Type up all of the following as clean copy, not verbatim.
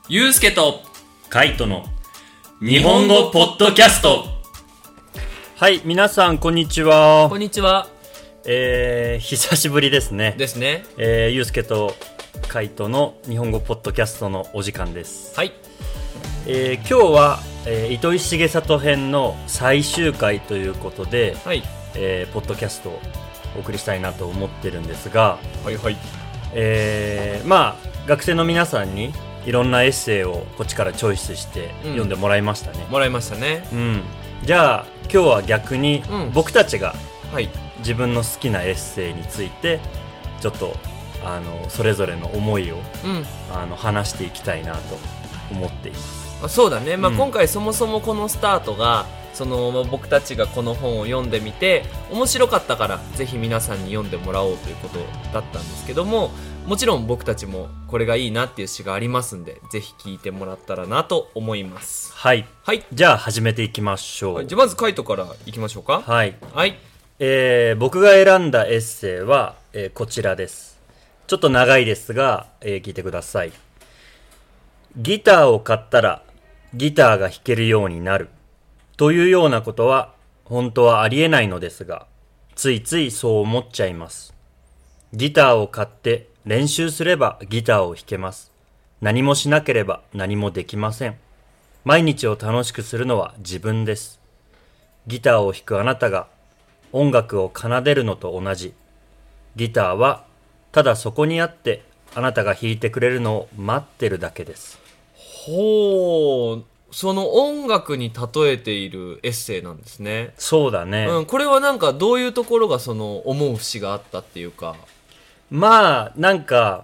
ゆうすけとカイトの日本語ポッドキャスト。 はい、皆さんこんにちは。 こんにちは。 久しぶりですね。 ですね。 ゆうすけとカイトの日本語ポッドキャストのお時間です。 はい。 今日は、糸井重里編の最終回ということで、 はい。 ポッドキャストをお送りしたいなと思ってるんですが、 はいはい。 まあ学生の皆さんにいろんなエッセイをこっちからチョイスして読んでもらいましたね。 もらいましたね。 じゃあ今日は逆に僕たちがはい。 自分の好きなエッセイについてちょっとそれぞれの思いを話していきたいなと思っています。 そうだね。今回そもそもこのスタートが僕たちがこの本を読んでみて面白かったからぜひ皆さんに読んでもらおうということだったんですけども、もちろん僕たちもこれがいいなっていう詩がありますんで、ぜひ聞いてもらったらなと思います。 はい、 はい。 じゃあ始めていきましょう。 じゃあまずカイトからいきましょうか。 はい、 はい。 僕が選んだエッセイは、こちらです。ちょっと長いですが、聞いてください。ギターを買ったらギターが弾けるようになるというようなことは本当はありえないのですが、ついついそう思っちゃいます。ギターを買って練習すればギターを弾けます。何もしなければ何もできません。毎日を楽しくするのは自分です。ギターを弾くあなたが音楽を奏でるのと同じ。ギターはただそこにあってあなたが弾いてくれるのを待ってるだけです。 ほう、その音楽に例えているエッセイなんですね。 そうだね。 これはなんかどういうところが思う節があったっていうか。 まあなんか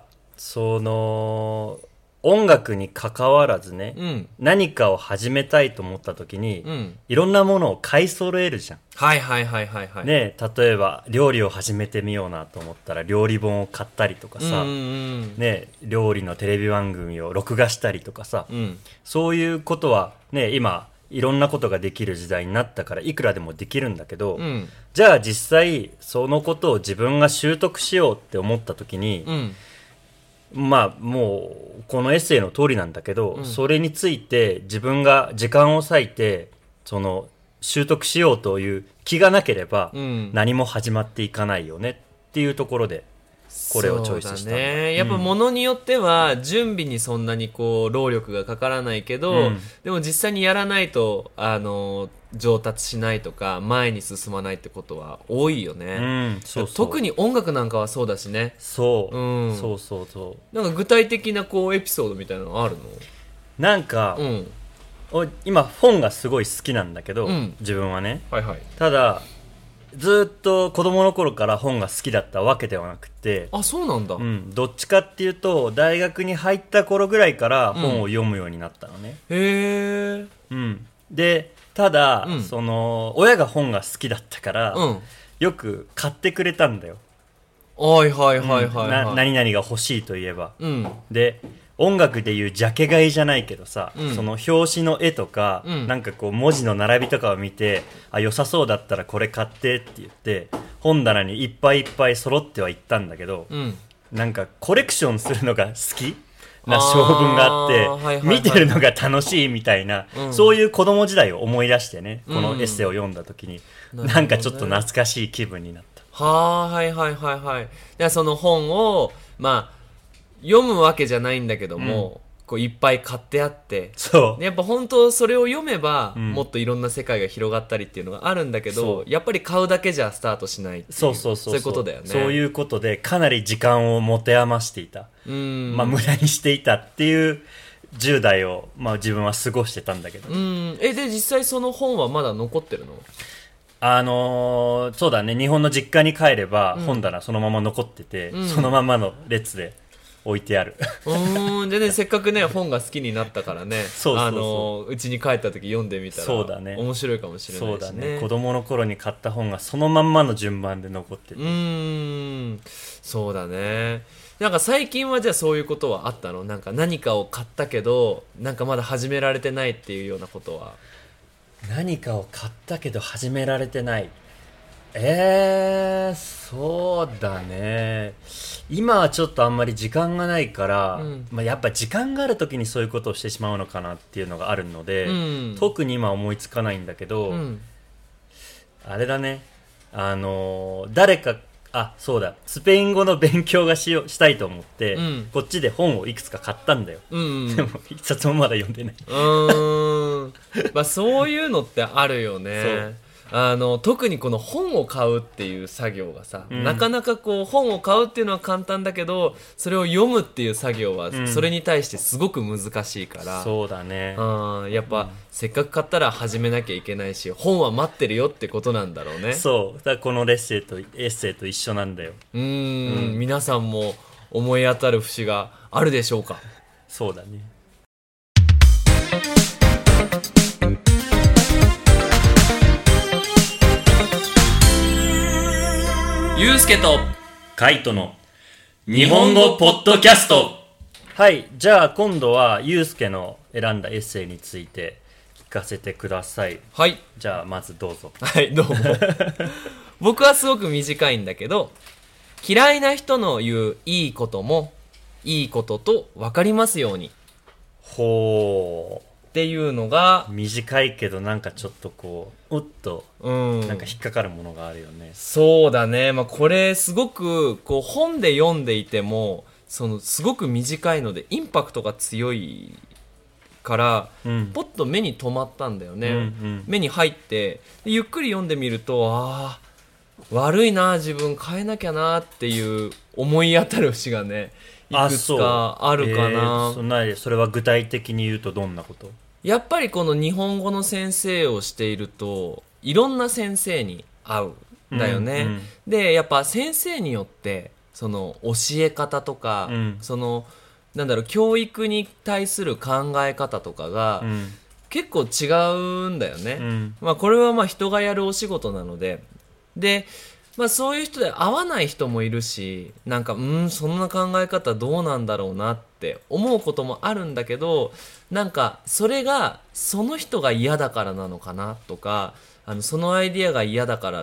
音楽に関わらずね、何かを始めたいと思った時に、いろんなものを買い揃えるじゃん。 はいはいはいはいはい。 ね、例えば料理を始めてみようなと思ったら料理本を買ったりとかさ、ね、料理のテレビ番組を録画したりとかさ、そういうことはね、今いろんなことができる時代になったからいくらでもできるんだけど、じゃあ実際そのことを自分が習得しようって思った時に、まあもうこのエッセイの通りなんだけど、それについて自分が時間を割いて習得しようという気がなければ、何も始まっていかないよねっていうところでこれをチョイスしたんだ。 そうだね。やっぱ物によっては準備にそんなに労力がかからないけど、でも実際にやらないと上達しないとか前に進まないってことは多いよね。 そうそう。 特に音楽なんかはそうだしね。 そう、そうそうそう。 なんか具体的なエピソードみたいなのあるの？ なんか、今本がすごい好きなんだけど、自分はね、 はいはい、 ただずっと子供の頃から本が好きだったわけではなくて、 あ、そうなんだ。 どっちかっていうと大学に入った頃ぐらいから本を読むようになったのね。 へえ。でただ、親が本が好きだったから、よく買ってくれたんだよ。 はいはいはいはい、 何々が欲しいといえば、で音楽でいうジャケ買いじゃないけどさ、その表紙の絵とか、なんか文字の並びとかを見て、あ、良さそうだったらこれ買ってって言って本棚にいっぱいいっぱい揃ってはいったんだけど、なんかコレクションするのが好きな性分があって、見てるのが楽しいみたいな、そういう子供時代を思い出してね、このエッセイを読んだ時に、なんかちょっと懐かしい気分になった。 はいはいはいはい。じゃあその本を読むわけじゃないんだけども、いっぱい買ってあって、 そうやっぱ本当それを読めば、もっといろんな世界が広がったりっていうのがあるんだけど、やっぱり買うだけじゃスタートしないっていう、そういうことだよね。 そういうことでかなり時間を持て余していた、無駄にしていたっていう10代を、自分は過ごしてたんだけど、 で実際その本はまだ残ってるの？ そうだね、日本の実家に帰れば本棚そのまま残ってて、そのままの列で置いてある。 でね、せっかくね本が好きになったからね、 そううちに帰った時読んでみたらそうだね、 面白いかもしれないしね。 そうだね、子供の頃に買った本がそのまんまの順番で残ってて、 そうだね。なんか最近はじゃあそういうことはあったの？なんか何かを買ったけどなんかまだ始められてないっていうようなことは。 何かを買ったけど始められてない、 そうだね。今はちょっとあんまり時間がないから、やっぱ時間がある時にそういうことをしてしまうのかなっていうのがあるので、特に今思いつかないんだけど、あれだね。誰か、そうだ、スペイン語の勉強がしたいと思って、こっちで本をいくつか買ったんだよ。でも一冊もまだ読んでない。 そういうのってあるよね。特にこの本を買うっていう作業がさ、なかなかこう本を買うっていうのは簡単だけど、それを読むっていう作業はそれに対してすごく難しいから、 そうだね。 やっぱ、せっかく買ったら始めなきゃいけないし、本は待ってるよってことなんだろうね。 そうだからこのエッセイと一緒なんだよ。 皆さんも思い当たる節があるでしょうか。 そうだね。 ゆうすけとカイトの日本語ポッドキャスト。はい、じゃあ今度はゆうすけの選んだエッセイについて聞かせてください。 はい。 じゃあまずどうぞ。 はい、どうも。僕はすごく短いんだけど、嫌いな人の言ういいこともいいことと分かりますように。 ほう。 っていうのが短いけどなんかちょっとこうなんか引っかかるものがあるよね。 そうだね。これすごくこう本で読んでいてもすごく短いのでインパクトが強いから、ポッと目に留まったんだよね。目に入ってゆっくり読んでみると、悪いな、自分変えなきゃなっていう思い当たる節がね、いくつかあるかな。 それは具体的に言うとどんなこと？ やっぱりこの日本語の先生をしているといろんな先生に会うんだよね。でやっぱ先生によってその教え方とか、教育に対する考え方とかが、結構違うんだよね。これは人がやるお仕事なので、そういう人で合わない人もいるし、そんな考え方どうなんだろうなって思うこともあるんだけど、それがその人が嫌だからなのかなとか、そのアイディアが嫌だから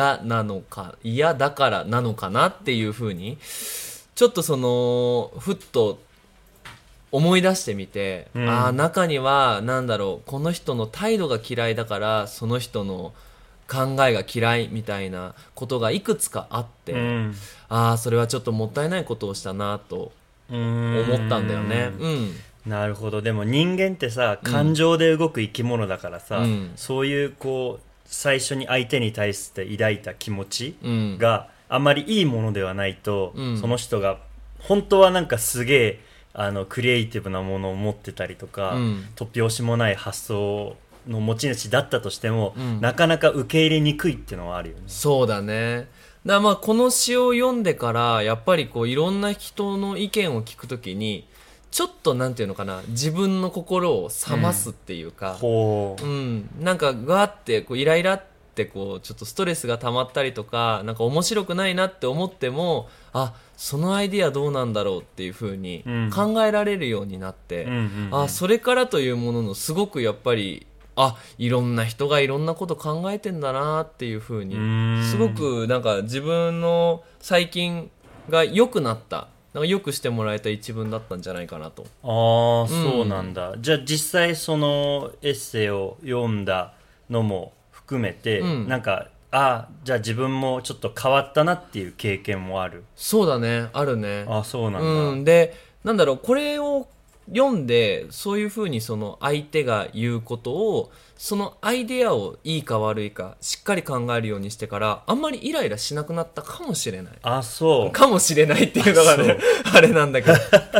なのかなっていう風にちょっとふっと思い出してみて、中にはこの人の態度が嫌いだからその人の考えが嫌いみたいなことがいくつかあって、それはちょっともったいないことをしたなと思ったんだよね。 なるほど。でも人間ってさ、感情で動く生き物だからさ、そういうこう最初に相手に対して抱いた気持ちがあまりいいものではないと、その人が本当はすげえクリエイティブなものを持ってたりとか、突拍子もない発想の持ち主だったとしても、なかなか受け入れにくいっていうのはあるよね。 そうだね。この詩を読んでからやっぱりいろんな人の意見を聞くときにちょっと自分の心を冷ますっていうか、ガーってイライラってちょっとストレスが溜まったりとか、面白くないなって思っても、そのアイディアどうなんだろうっていう風に考えられるようになって、それからというもののすごくやっぱりいろんな人がいろんなこと考えてんだなっていう風に、すごく自分の最近が良くなった、良くしてもらえた一文だったんじゃないかなと。 そうなんだ。じゃあ実際そのエッセイを読んだのも含めて、じゃあ自分もちょっと変わったなっていう経験もある？ そうだね、あるね。 そうなんだ。 でこれを読んでそういう風に相手が言うことを、そのアイデアをいいか悪いかしっかり考えるようにしてから、あんまりイライラしなくなったかもしれない。かもしれないっていうのがね、あれなんだけど。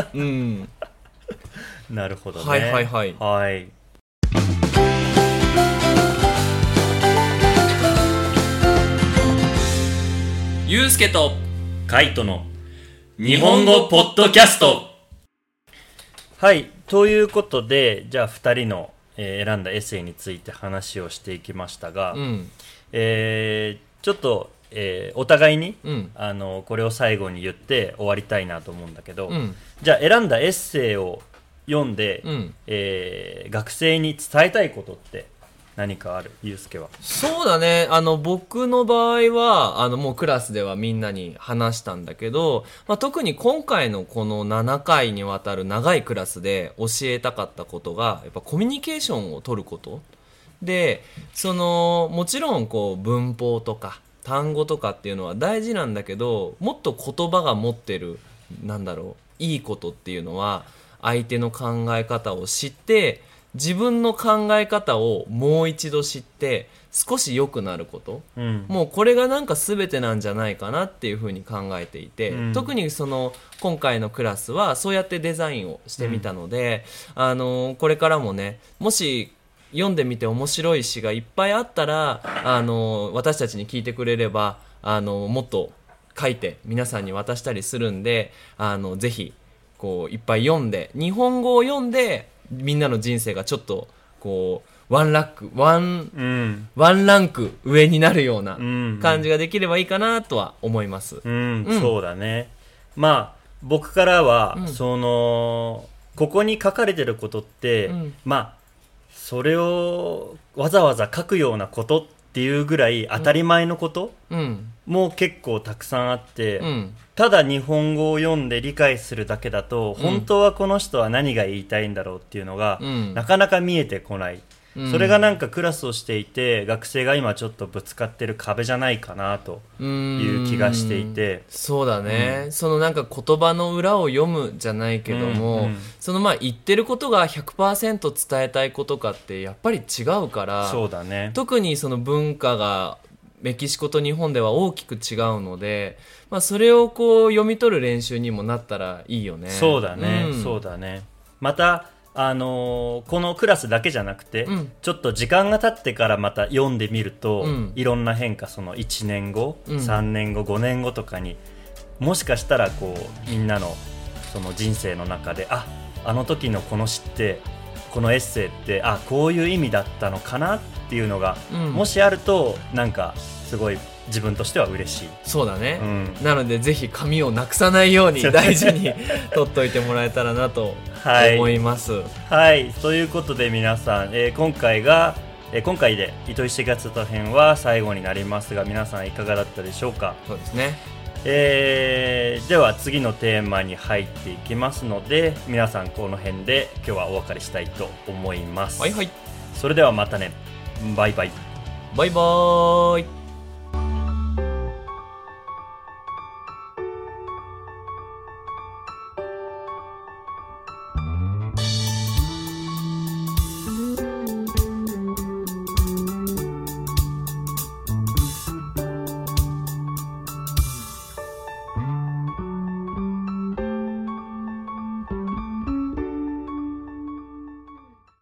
なるほどね。 はい。ゆうすけとカイトの日本語ポッドキャスト。はい、ということで、じゃあ2人の、選んだエッセイについて話をしていきましたが、ちょっと、お互いに、これを最後に言って終わりたいなと思うんだけど、じゃあ選んだエッセイを読んで、学生に伝えたいことって何かある？ゆうすけは。 そうだね。僕の場合は、もうクラスではみんなに話したんだけど、特に今回のこの7回にわたる長いクラスで教えたかったことが、やっぱコミュニケーションを取ること。で、もちろんこう、文法とか、単語とかっていうのは大事なんだけど、もっと言葉が持ってる、いいことっていうのは、相手の考え方を知って、自分の考え方をもう一度知って少し良くなること、もうこれがなんか全てなんじゃないかなっていうふうに考えていて、特に今回のクラスはそうやってデザインをしてみたので、これからもね、もし読んでみて面白い詩がいっぱいあったら、私たちに聞いてくれればもっと書いて皆さんに渡したりするんで、ぜひこういっぱい読んで、日本語を読んでみんなの人生がちょっとこうワンランク上になるような感じができればいいかなとは思います。 そうだね。まあ僕からは、ここに書かれてることって、それをわざわざ書くようなことっていうぐらい当たり前のことも結構たくさんあって、ただ日本語を読んで理解するだけだと、本当はこの人は何が言いたいんだろうっていうのが、なかなか見えてこない。それがなんかクラスをしていて、学生が今ちょっとぶつかってる壁じゃないかなという気がしていて。 そうだね、なんか言葉の裏を読むじゃないけども、言ってることが 100% 伝えたいことかってやっぱり違うから。 そうだね。 特に文化がメキシコと日本では大きく違うので、それをこう読み取る練習にもなったらいいよね。 そうだね、そうだね。またこのクラスだけじゃなくて、ちょっと時間が経ってからまた読んでみると、いろんな変化、1年後、3年後、5年後とかにもしかしたらこうみんなの人生の中で、あの時のこの詩ってこのエッセイってこういう意味だったのかなっていうのが、もしあるとなんかすごい自分としては嬉しい。 そうだね、なのでぜひ紙をなくさないように大事に取っといてもらえたらなと思います。 はい、ということで皆さん、今回で糸井重里編は最後になりますが、皆さんいかがだったでしょうか？ そうですね。 では次のテーマに入っていきますので、皆さんこの辺で今日はお別れしたいと思います。 はいはい。 それではまたね。バイバイ。 バイバーイ。